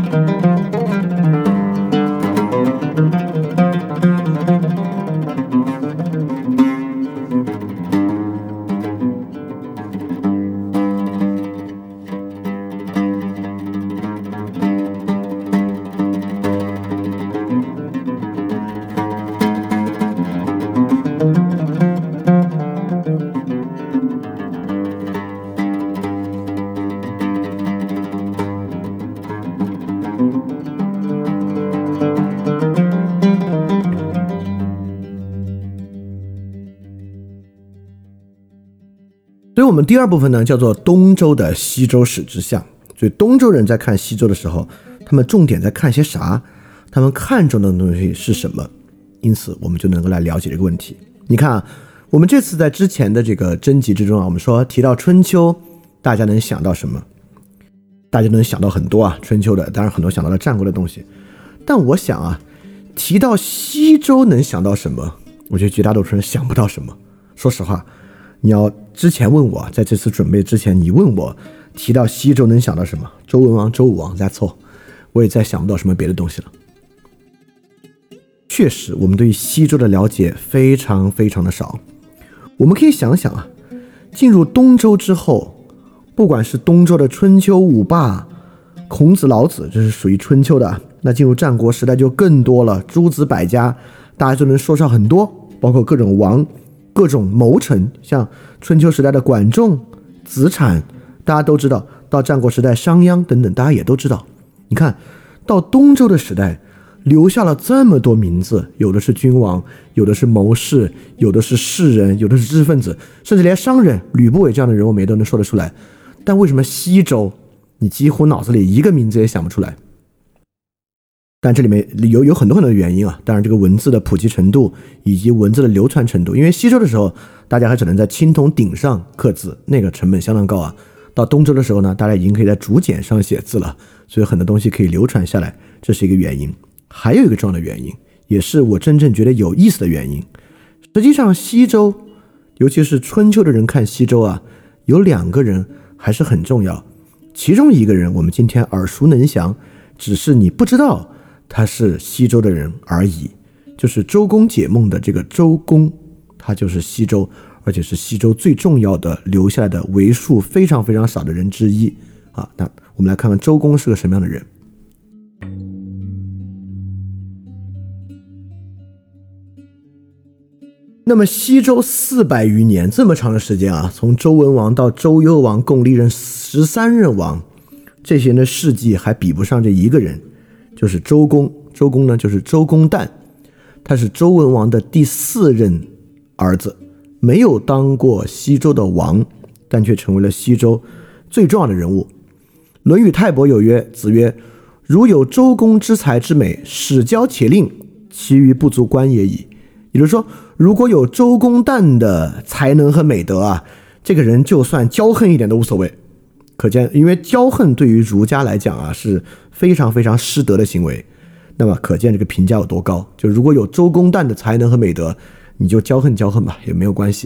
所以我们第二部分呢叫做东周的西周史之象。所以东周人在看西周的时候，他们重点在看些啥？他们看重的东西是什么？因此我们就能够来了解这个问题。你看啊，我们这次在之前的这个征集之中啊，我们说提到春秋，大家能想到什么？大家能想到很多啊，春秋的，当然很多想到了战国的东西。但我想啊，提到西周能想到什么？我觉得绝大多数人想不到什么。说实话，你要之前问我，在这次准备之前，你问我提到西周能想到什么？周文王、周武王，that's all，我也再想不到什么别的东西了。确实，我们对于西周的了解非常非常的少。我们可以想想啊，进入东周之后，不管是东周的春秋五霸、孔子、老子，这是属于春秋的，那进入战国时代就更多了，诸子百家，大家就能说上很多，包括各种王、各种谋臣，像春秋时代的管仲、子产，大家都知道；到战国时代商鞅等等，大家也都知道。你看到东周的时代，留下了这么多名字，有的是君王，有的是谋士，有的是士人，有的是知识分子，甚至连商人吕不韦这样的人我们也都能说得出来。但为什么西周你几乎脑子里一个名字也想不出来？但这里面有很多很多的原因啊，当然这个文字的普及程度以及文字的流传程度，因为西周的时候大家还只能在青铜鼎上刻字，那个成本相当高啊。到东周的时候呢，大家已经可以在竹简上写字了，所以很多东西可以流传下来，这是一个原因。还有一个重要的原因，也是我真正觉得有意思的原因，实际上西周，尤其是春秋的人看西周啊，有两个人还是很重要。其中一个人我们今天耳熟能详，只是你不知道他是西周的人而已，就是周公解梦的这个周公，他就是西周，而且是西周最重要的留下来的为数非常非常少的人之一啊。那我们来看看周公是个什么样的人。那么西周400余年，这么长的时间啊，从周文王到周幽王共历任13任王，这些人的事迹还比不上这一个人，就是周公。周公呢，就是周公旦，他是周文王的第4任儿子，没有当过西周的王，但却成为了西周最重要的人物。论语泰伯有曰，子曰：如有周公之才之美，使教且令，其余不足观也已。也就是说，如果有周公旦的才能和美德啊，这个人就算骄横一点都无所谓。可见，因为骄横对于儒家来讲啊，是非常非常失德的行为。那么可见这个评价有多高，就如果有周公旦的才能和美德，你就骄横骄横吧，也没有关系。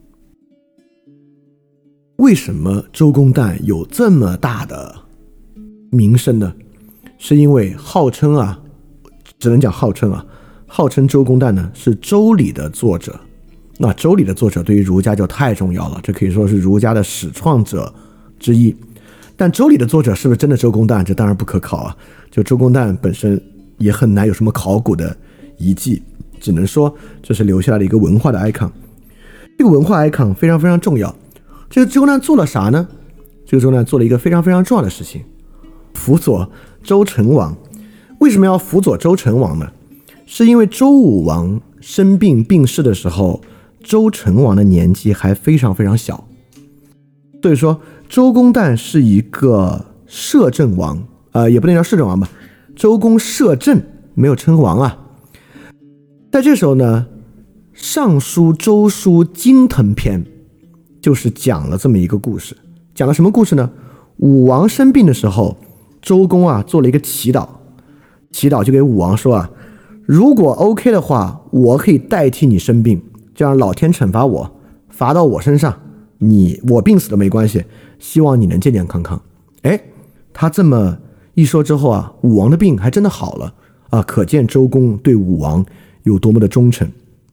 为什么周公旦有这么大的名声呢？是因为号称啊，只能讲号称啊，号称周公旦呢是周礼的作者。那周礼的作者对于儒家就太重要了，这可以说是儒家的始创者之一。但周礼的作者是不是真的周公旦，这当然不可考啊。就周公旦本身也很难有什么考古的遗迹，只能说这是留下来的一个文化的 icon。 这个文化 icon 非常非常重要。这个周公旦做了啥呢？这个周公旦做了一个非常非常重要的事情，辅佐周成王。为什么要辅佐周成王呢？是因为周武王生病病逝的时候，周成王的年纪还非常非常小，所以说周公旦是一个摄政王，也不能叫摄政王吧，周公摄政，没有称王啊。在这时候呢，尚书周书金腾篇就是讲了这么一个故事。讲了什么故事呢？武王生病的时候，周公啊做了一个祈祷，就给武王说啊，如果 OK 的话，我可以代替你生病，就让老天惩罚我，罚到我身上，我病死都没关系，希望你能健健康康。他这么一说之后啊，武王的病还真的好了啊，可见周公对武王有多么的忠诚。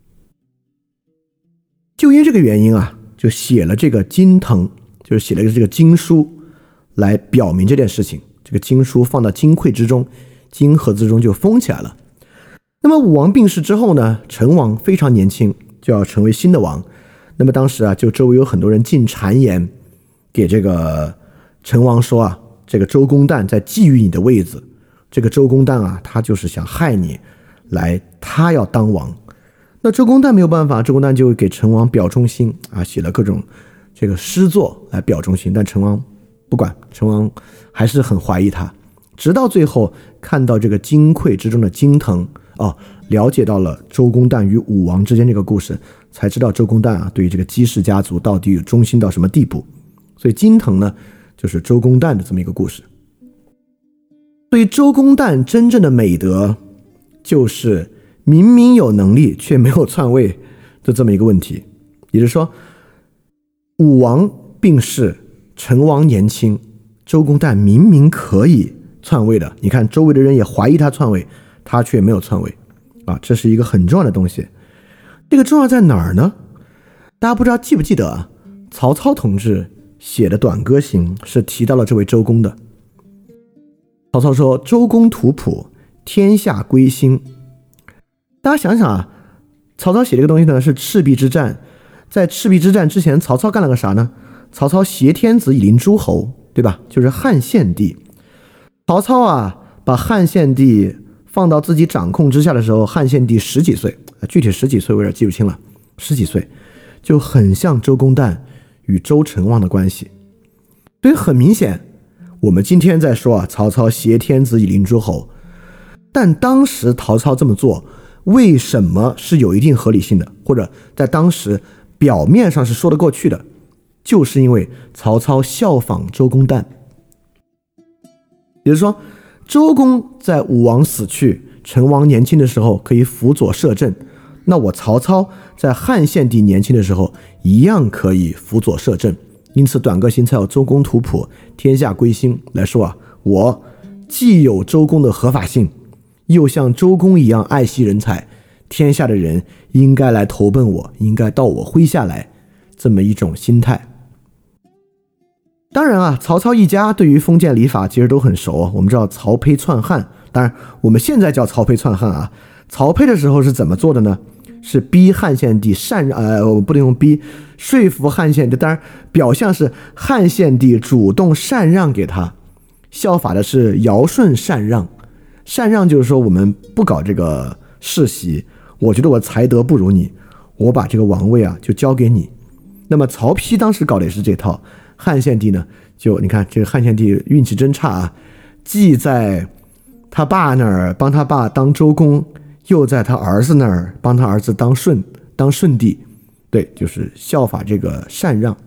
就因为这个原因啊，就写了这个金腾，就是写了这个经书来表明这件事情。这个经书放到金匮之中，金盒子中就封起来了。那么武王病逝之后呢，成王非常年轻，就要成为新的王。那么当时啊，就周围有很多人进谗言给这个成王说啊，这个周公旦在觊觎你的位子，这个周公旦啊，他就是想害你，他要当王。那周公旦没有办法，周公旦就给成王表忠心啊，写了各种这个诗作来表忠心，但成王不管，成王还是很怀疑他，直到最后看到这个金匮之中的金腾了解到了周公旦与武王之间这个故事，才知道周公旦啊对于这个姬氏家族到底有忠心到什么地步。所以金腾呢，就是周公旦的这么一个故事。所以周公旦真正的美德，就是明明有能力却没有篡位的这么一个问题。也就是说，武王病逝，成王年轻，周公旦明明可以篡位的，你看周围的人也怀疑他篡位，他却没有篡位啊，这是一个很重要的东西。这个重要在哪儿呢？大家不知道记不记得啊？曹操同志写的《短歌行》是提到了这位周公的。曹操说：“周公吐哺，天下归心。”大家想想啊，曹操写这个东西呢是赤壁之战，在赤壁之战之前，曹操干了个啥呢？曹操挟天子以令诸侯，对吧？就是汉献帝。曹操啊，把汉献帝放到自己掌控之下的时候，汉献帝10几岁，具体10几岁我有点记不清了，10几岁，就很像周公旦与周成王的关系。所以很明显，我们今天在说啊，曹操挟天子以令诸侯，但当时曹操这么做，为什么是有一定合理性的，或者在当时表面上是说得过去的？就是因为曹操效仿周公旦。也就是说，周公在武王死去，成王年轻的时候可以辅佐摄政，那我曹操在汉献帝年轻的时候一样可以辅佐摄政。因此短歌行才有周公吐哺，天下归心来说啊，我既有周公的合法性，又像周公一样爱惜人才，天下的人应该来投奔我，应该到我麾下来，这么一种心态。当然啊，曹操一家对于封建礼法其实都很熟。我们知道曹丕篡汉，当然我们现在叫曹丕篡汉啊。曹丕的时候是怎么做的呢？是逼汉献帝我不能用逼，说服汉献帝。当然表象是汉献帝主动禅让给他，效法的是尧舜禅让。禅让就是说我们不搞这个世袭，我觉得我才德不如你，我把这个王位啊就交给你。那么曹丕当时搞的也是这套。汉献帝呢，就你看这个汉献帝运气真差啊，既在他爸那儿帮他爸当周公，又在他儿子那儿帮他儿子当舜帝，对，就是效法这个禅让。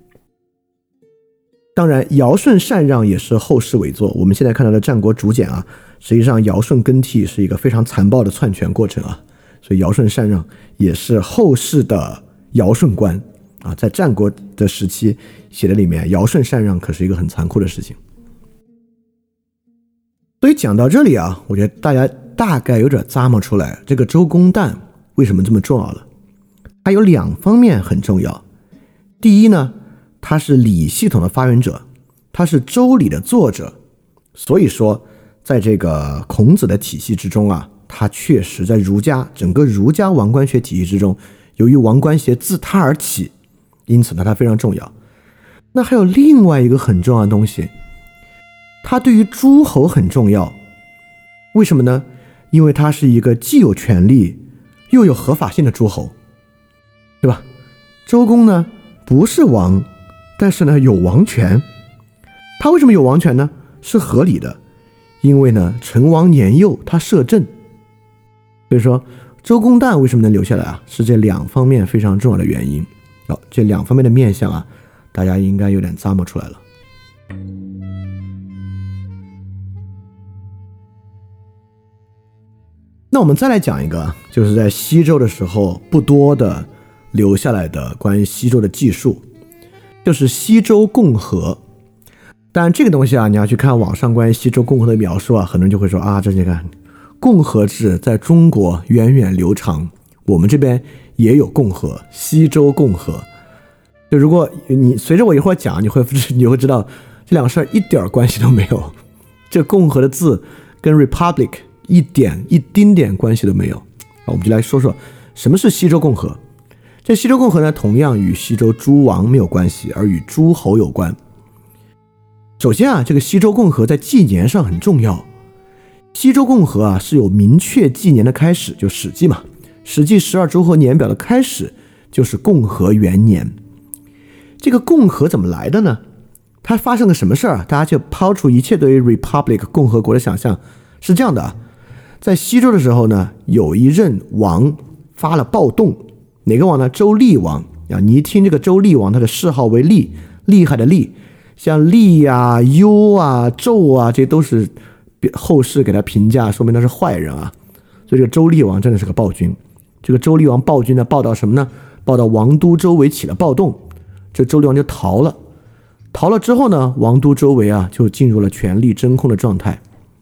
当然尧舜禅让也是后世伪作，我们现在看到的战国竹简啊，实际上尧舜更替是一个非常残暴的篡权过程啊，所以尧舜禅让也是后世的尧舜观啊，在战国的时期写的里面，尧舜禅让可是一个很残酷的事情。所以讲到这里啊，我觉得大家大概有点咂摸出来，这个周公旦为什么这么重要了。它有2方面很重要。第一呢，他是礼系统的发源者，他是周礼的作者，所以说在这个孔子的体系之中啊，他确实在整个儒家王官学体系之中，由于王官学自他而起，因此呢它非常重要。那还有另外一个很重要的东西，它对于诸侯很重要。为什么呢？因为它是一个既有权力又有合法性的诸侯，对吧？周公呢不是王，但是呢有王权。他为什么有王权呢？是合理的，因为呢成王年幼，他摄政。所以说周公旦为什么能留下来啊？是这2方面非常重要的原因。这2方面的面向啊，大家应该有点咂摸出来了。那我们再来讲一个，就是在西周的时候不多的留下来的关于西周的记述，就是西周共和。 当然这个东西啊，你要去看网上关于西周共和的描述啊，很多人就会说啊，这你看共和制在中国源远流长，我们这边也有共和，西周共和。就如果你随着我一会儿讲，你会知道这两个事儿一点关系都没有。这共和的字跟 republic 一丁点关系都没有。我们就来说说什么是西周共和。这西周共和呢，同样与西周诸王没有关系，而与诸侯有关。首先啊，这个西周共和在纪年上很重要。西周共和啊是有明确纪年的开始，就史记嘛，史记12诸侯年表的开始就是共和元年。这个共和怎么来的呢？它发生了什么事儿？大家就抛除一切对于 republic 共和国的想象。是这样的啊，在西周的时候呢，有一任王发了暴动。哪个王呢？周厉王啊！你一听这个周厉王，他的谥号为厉，厉害的厉，像厉啊、忧啊、纣啊，这都是后世给他评价，说明他是坏人啊。所以这个周厉王真的是个暴君。这个周厉王暴君呢，报道什么呢？报道王都周围起了暴动，这周厉王就逃了。逃了之后呢，王都周围啊就进入了权力真空的状态。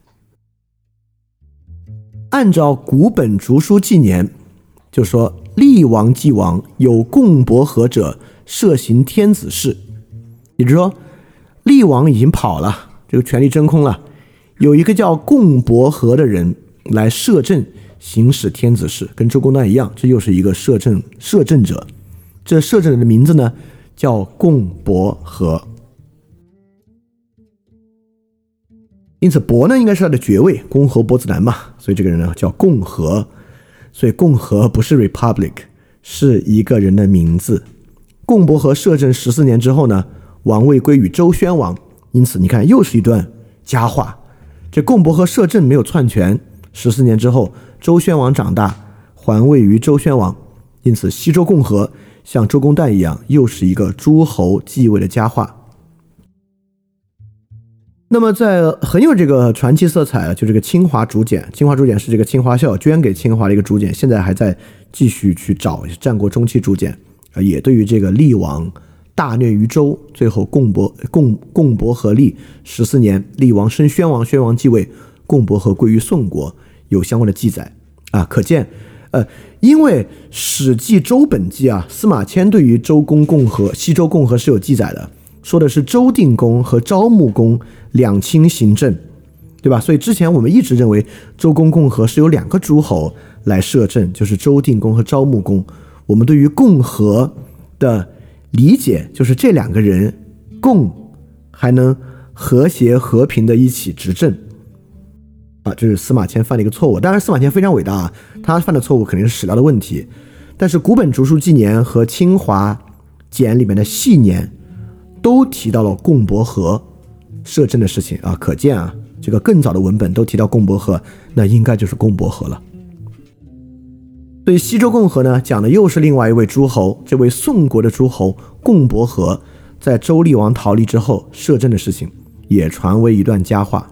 按照古本竹书纪年，就说厉王既亡，有共伯和者，设行天子事。也就是说，厉王已经跑了，这个权力真空了，有一个叫共伯和的人来摄政，行使天子事，跟周公旦一样，这又是一个摄政者。这摄政者的名字呢，叫共伯和。因此伯呢应该是他的爵位，公侯伯子男嘛，所以这个人呢叫共和。所以共和不是 republic， 是一个人的名字。共伯和摄政14年之后呢，王位归于周宣王。因此你看又是一段佳话。这共伯和摄政没有篡权，14年之后周宣王长大，还位于周宣王。因此西周共和像周公旦一样，又是一个诸侯继位的佳话。那么在很有这个传奇色彩，就这个清华竹简是这个清华校捐给清华的一个竹简，现在还在继续去找战国中期竹简，也对于这个厉王大虐于周，最后共伯和立14年，厉王升宣王，宣王继位，共伯和归于宋国，有相关的记载啊。可见因为史记周本纪啊，司马迁对于周公共和西周共和是有记载的，说的是周定公和昭穆公两卿行政，对吧？所以之前我们一直认为周公共和是由两个诸侯来摄政，就是周定公和昭穆公。我们对于共和的理解就是这两个人共还能和谐和平的一起执政啊，这是司马迁犯了一个错误。当然司马迁非常伟大啊，他犯的错误肯定是史料的问题，但是古本竹书纪年和清华简里面的系年都提到了共伯和摄政的事情啊，可见啊，这个更早的文本都提到共伯和，那应该就是共伯和了。所以西周共和呢，讲的又是另外一位诸侯，这位宋国的诸侯共伯和在周厉王逃离之后摄政的事情，也传为一段佳话。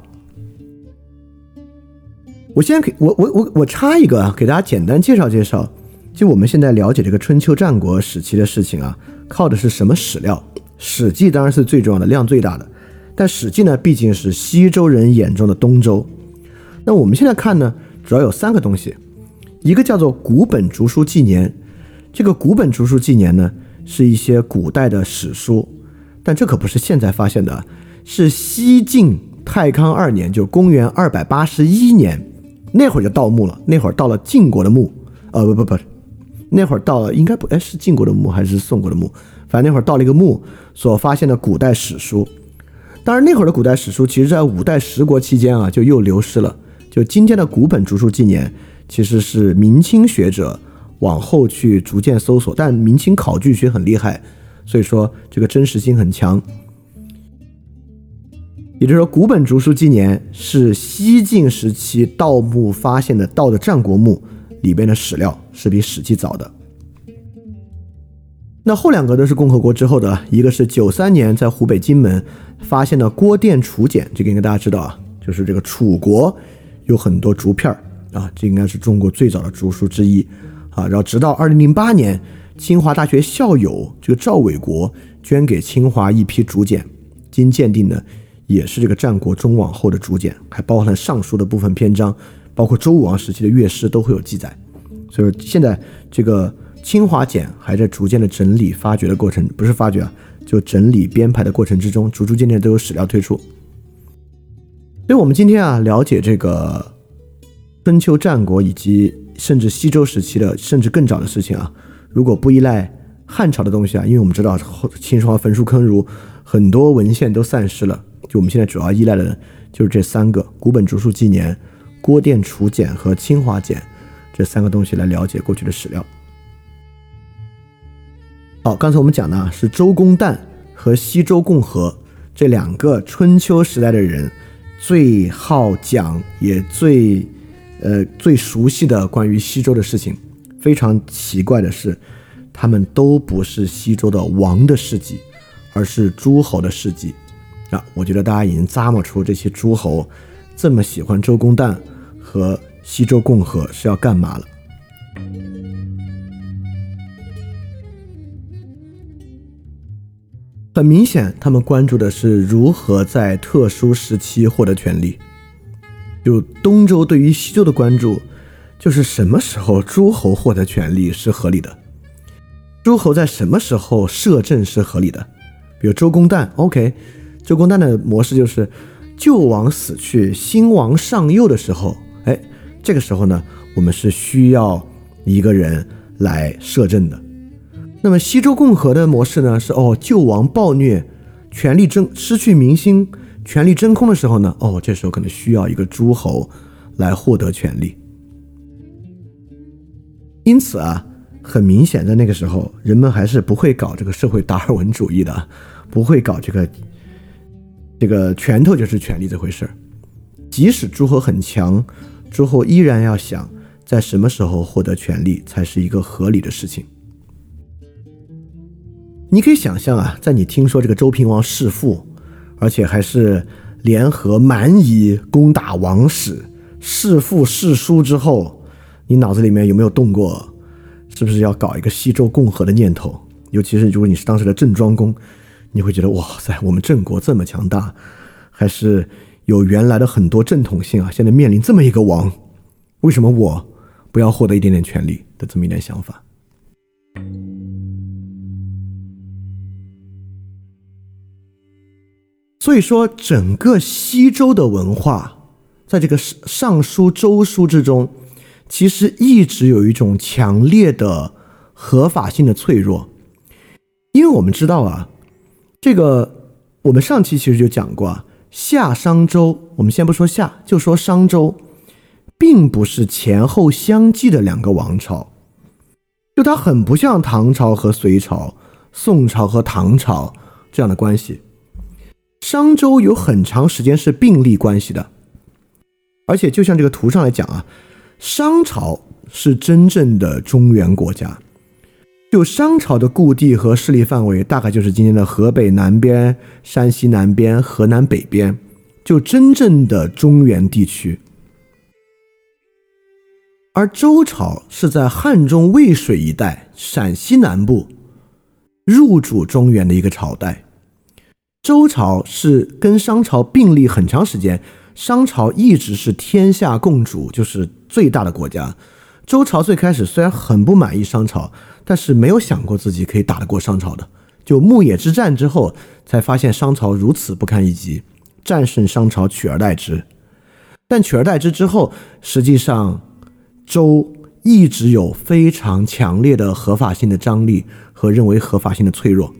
我现在我插一个啊，给大家简单介绍介绍，就我们现在了解这个春秋战国时期的事情啊，靠的是什么史料？史记当然是最重要的，量最大的。但史记呢，毕竟是西周人眼中的东周。那我们现在看呢，主要有3个东西，一个叫做古本竹书纪年。这个古本竹书纪年呢，是一些古代的史书，但这可不是现在发现的，是西晋太康2年，就公元281年，那会儿就盗墓了，那会儿到了晋国的墓，不，那会儿到了应该不是晋国的墓还是宋国的墓，反正那会儿到了一个墓所发现的古代史书。当然那会儿的古代史书其实在5代十国期间啊就又流失了，就今天的古本竹书纪年其实是明清学者往后去逐渐搜索，但明清考据学很厉害，所以说这个真实性很强。也就是说古本竹书纪年是西晋时期盗墓发现的盗的战国墓里边的史料，是比史记早的。那后2个都是共和国之后的，一个是93年在湖北荆门发现的郭店楚简，这个应该大家知道啊，就是这个楚国有很多竹片啊，这应该是中国最早的竹书之一啊。然后直到2008年，清华大学校友这个赵伟国捐给清华一批竹简，经鉴定呢， 也是这个战国中往后的竹简，还包含了尚书的部分篇章，包括周武王时期的乐师都会有记载。所以说现在这个清华简还在逐渐的整理发掘的过程，不是发掘啊，就整理编排的过程之中，逐渐都有史料推出。所以我们今天啊了解这个春秋战国以及甚至西周时期的甚至更早的事情啊，如果不依赖汉朝的东西啊，因为我们知道秦始皇焚书坑儒，很多文献都散失了，就我们现在主要依赖的就是这三个：古本竹书纪年、郭店楚简和清华简这三个东西来了解过去的史料。好，刚才我们讲的是周公旦和西周共和这两个春秋时代的人最好讲也最熟悉的关于西周的事情。非常奇怪的是，他们都不是西周的王的事迹，而是诸侯的事迹啊！我觉得大家已经咂摸出这些诸侯这么喜欢周公旦和西周共和是要干嘛了。很明显，他们关注的是如何在特殊时期获得权力。就东周对于西周的关注，就是什么时候诸侯获得权力是合理的，诸侯在什么时候摄政是合理的。比如周公旦 OK， 周公旦的模式就是旧王死去新王上佑的时候，这个时候呢，我们是需要一个人来摄政的。那么西周共和的模式呢是旧王暴虐，权力失去民心，权力真空的时候呢，这时候可能需要一个诸侯来获得权力。因此啊，很明显在那个时候，人们还是不会搞这个社会达尔文主义的，不会搞这个拳头就是权力这回事。即使诸侯很强，诸侯依然要想在什么时候获得权力才是一个合理的事情。你可以想象啊，在你听说这个周平王弑父，而且还是联合蛮夷攻打王室，弑父弑叔之后，你脑子里面有没有动过是不是要搞一个西周共和的念头？尤其是如果你是当时的郑庄公，你会觉得哇塞，我们郑国这么强大，还是有原来的很多正统性啊，现在面临这么一个王，为什么我不要获得一点点权利的这么一点想法。所以说整个西周的文化在这个尚书周书之中，其实一直有一种强烈的合法性的脆弱。因为我们知道啊，这个我们上期其实就讲过啊，夏商周，我们先不说夏，就说商周，并不是前后相继的两个王朝，就它很不像唐朝和隋朝、宋朝和唐朝这样的关系。商周有很长时间是并立关系的，而且就像这个图上来讲啊，商朝是真正的中原国家，就商朝的故地和势力范围大概就是今天的河北南边、山西南边、河南北边，就真正的中原地区。而周朝是在汉中渭水一带陕西南部入主中原的一个朝代。周朝是跟商朝并立很长时间，商朝一直是天下共主，就是最大的国家。周朝最开始虽然很不满意商朝，但是没有想过自己可以打得过商朝的。就牧野之战之后，才发现商朝如此不堪一击，战胜商朝，取而代之。但取而代之之后，实际上周一直有非常强烈的合法性的张力和认为合法性的脆弱。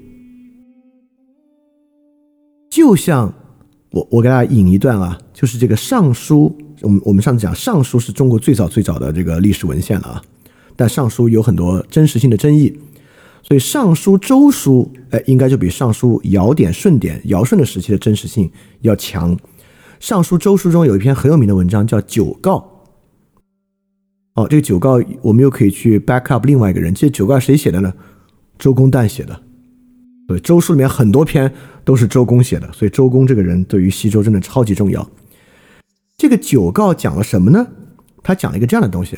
就像我给大家引一段啊，就是这个尚书，我们上次讲尚书是中国最早的这个历史文献了啊，但尚书有很多真实性的争议，所以尚书周书应该就比尚书尧典舜典尧舜的时期的真实性要强。尚书周书中有一篇很有名的文章叫九告。这个九告我们又可以去 back up 另外一个人，这九告谁写的呢？周公旦写的。对，周书里面很多篇都是周公写的，所以周公这个人对于西周真的超级重要。这个九告讲了什么呢？他讲了一个这样的东西。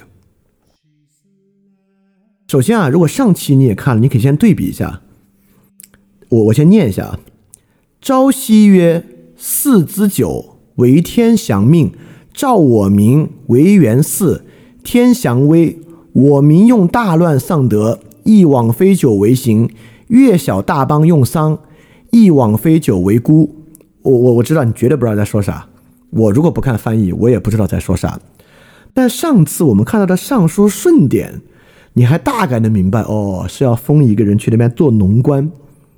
首先啊，如果上期你也看了，你可以先对比一下。我先念一下啊。朝夕曰： 四之九，为天祥命，照我民为元祀，天祥威，我民用大乱丧德，亦枉非酒为刑，越小大邦用丧，亦枉非酒为孤。我知道你绝对不知道在说啥，我如果不看翻译我也不知道在说啥，但上次我们看到的尚书顺典你还大概能明白，是要封一个人去那边做农官，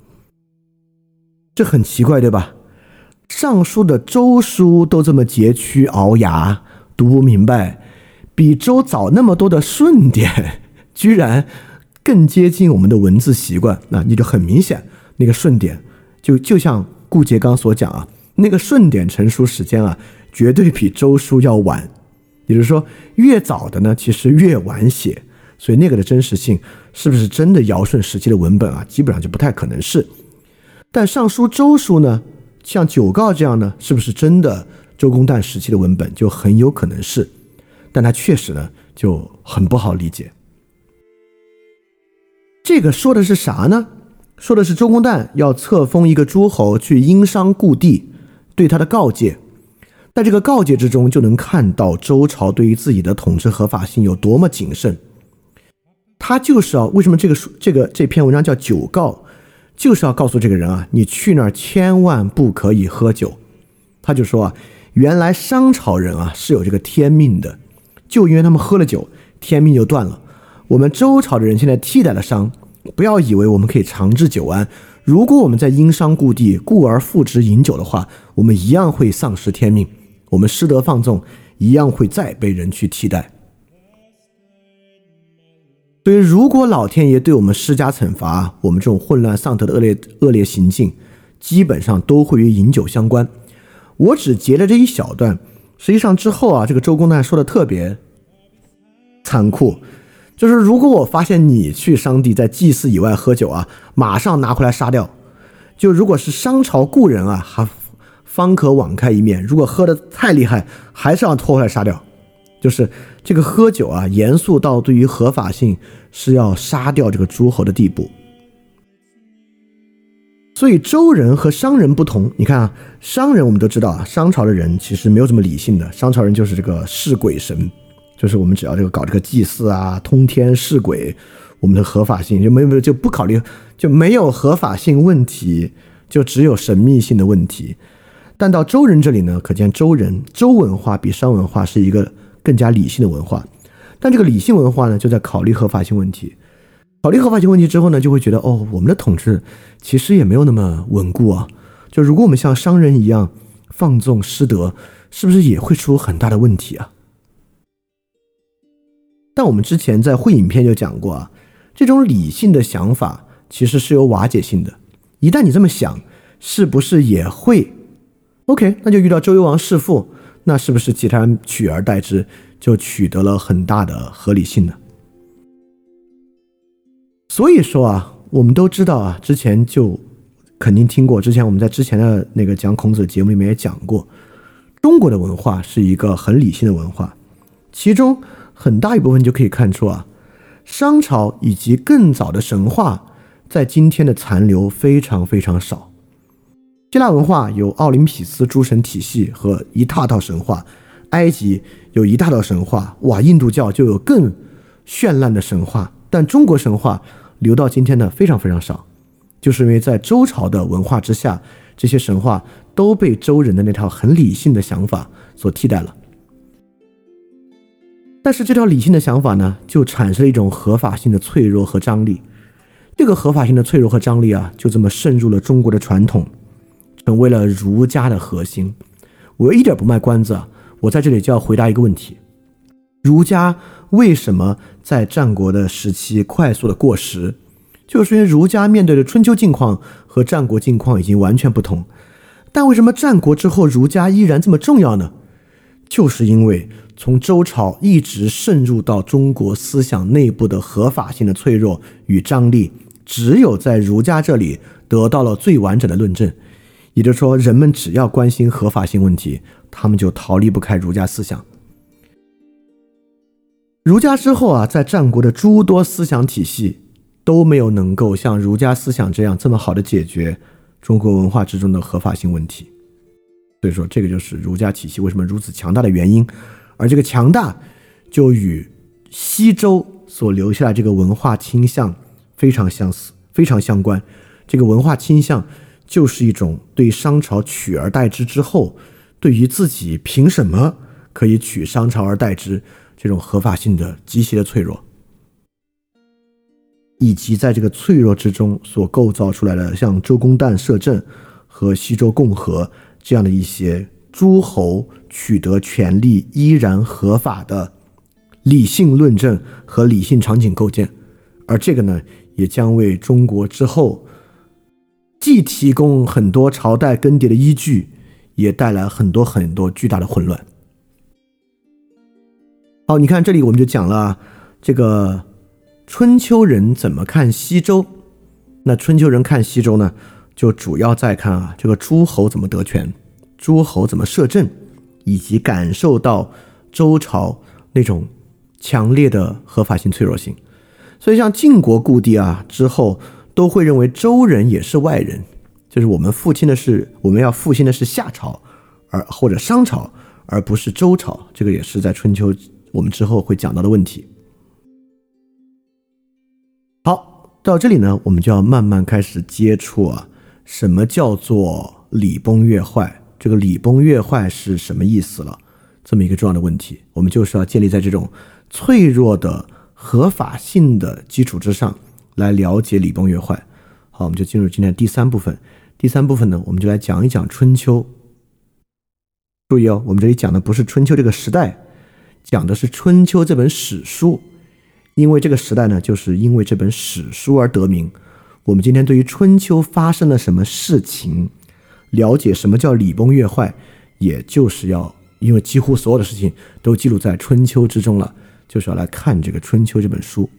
这很奇怪对吧？尚书的周书都这么佶屈聱牙，读不明白，比周早那么多的顺典居然更接近我们的文字习惯，那你就很明显那个顺典就像顾颉刚所讲啊，那个顺典成书时间啊绝对比周书要晚，也就是说越早的呢其实越晚写，所以那个的真实性是不是真的尧舜时期的文本啊，基本上就不太可能是。但尚书周书呢，像九诰这样呢，是不是真的周公旦时期的文本就很有可能是，但它确实呢就很不好理解。这个说的是啥呢？说的是周公旦要册封一个诸侯去殷商故地，对他的告诫。在这个告诫之中就能看到周朝对于自己的统治合法性有多么谨慎。他就是要，为什么这篇文章叫九诰，就是要告诉这个人啊，你去那儿千万不可以喝酒。他就说啊，原来商朝人啊是有这个天命的，就因为他们喝了酒，天命就断了。我们周朝的人现在替代了商，不要以为我们可以长治久安，如果我们在殷商故地故而复之饮酒的话，我们一样会丧失天命，我们失德放纵一样会再被人去替代。所以如果老天爷对我们施加惩罚，我们这种混乱丧德的恶劣行径基本上都会与饮酒相关。我只截了这一小段，实际上之后啊，这个周公旦说的特别残酷，就是如果我发现你去商地在祭祀以外喝酒啊，马上拿回来杀掉。就如果是商朝故人啊，方可网开一面，如果喝得太厉害，还是要拖回来杀掉。就是这个喝酒啊，严肃到对于合法性是要杀掉这个诸侯的地步。所以周人和商人不同，你看啊，商人我们都知道啊，商朝的人其实没有这么理性的，商朝人就是这个事鬼神，就是我们只要这个搞这个祭祀啊，通天事鬼，我们的合法性就不考虑，就没有合法性问题，就只有神秘性的问题。但到周人这里呢，可见周文化比商文化是一个更加理性的文化。但这个理性文化呢，就在考虑合法性问题。考虑合法性问题之后呢，就会觉得我们的统治其实也没有那么稳固啊。就如果我们像商人一样放纵失德，是不是也会出很大的问题啊？但我们之前在会影片就讲过啊，这种理性的想法其实是有瓦解性的。一旦你这么想，是不是也会 OK， 那就遇到周幽王弑父，那是不是其他人取而代之，就取得了很大的合理性呢？所以说啊，我们都知道啊，之前就肯定听过，之前我们在之前的那个讲孔子的节目里面也讲过，中国的文化是一个很理性的文化，其中很大一部分就可以看出啊，商朝以及更早的神话在今天的残留非常非常少。希腊文化有奥林匹斯诸神体系和一大套神话，埃及有一大套神话，哇，印度教就有更绚烂的神话，但中国神话留到今天的非常非常少，就是因为在周朝的文化之下，这些神话都被周人的那套很理性的想法所替代了。但是这套理性的想法呢，就产生了一种合法性的脆弱和张力。这个合法性的脆弱和张力啊，就这么渗入了中国的传统，成为了儒家的核心。我一点不卖关子啊，我在这里就要回答一个问题：儒家为什么在战国的时期快速的过时？就是因为儒家面对的春秋境况和战国境况已经完全不同。但为什么战国之后儒家依然这么重要呢？就是因为从周朝一直渗入到中国思想内部的合法性的脆弱与张力，只有在儒家这里得到了最完整的论证。也就是说，人们只要关心合法性问题，他们就逃离不开儒家思想。儒家之后啊，在战国的诸多思想体系都没有能够像儒家思想这样这么好的解决中国文化之中的合法性问题。 所以说这个就是儒家体系为什么如此强大的原因，而这个强大就与西周所留下的这个文化倾向非常相似，非常相关。这个文化倾向就是一种对商朝取而代之之后，对于自己凭什么可以取商朝而代之这种合法性的极其的脆弱，以及在这个脆弱之中所构造出来的像周公旦摄政和西周共和这样的一些诸侯取得权力依然合法的理性论证和理性场景构建。而这个呢，也将为中国之后既提供很多朝代更迭的依据，也带来很多很多巨大的混乱。好，你看这里我们就讲了这个春秋人怎么看西周。那春秋人看西周呢，就主要在看这个诸侯怎么得权，诸侯怎么摄政，以及感受到周朝那种强烈的合法性脆弱性。所以像晋国故地之后都会认为周人也是外人，就是我们要复兴的是夏朝或者商朝，而不是周朝。这个也是在春秋我们之后会讲到的问题。好，到这里呢，我们就要慢慢开始接触什么叫做礼崩乐坏，这个礼崩乐坏是什么意思了，这么一个重要的问题。我们就是要建立在这种脆弱的合法性的基础之上来了解礼崩乐坏。好，我们就进入今天的第三部分。第三部分呢，我们就来讲一讲春秋。注意我们这里讲的不是春秋这个时代，讲的是春秋这本史书。因为这个时代呢，就是因为这本史书而得名。我们今天对于春秋发生了什么事情，了解什么叫礼崩乐坏，也就是因为几乎所有的事情都记录在春秋之中了，就是要来看这个春秋这本书。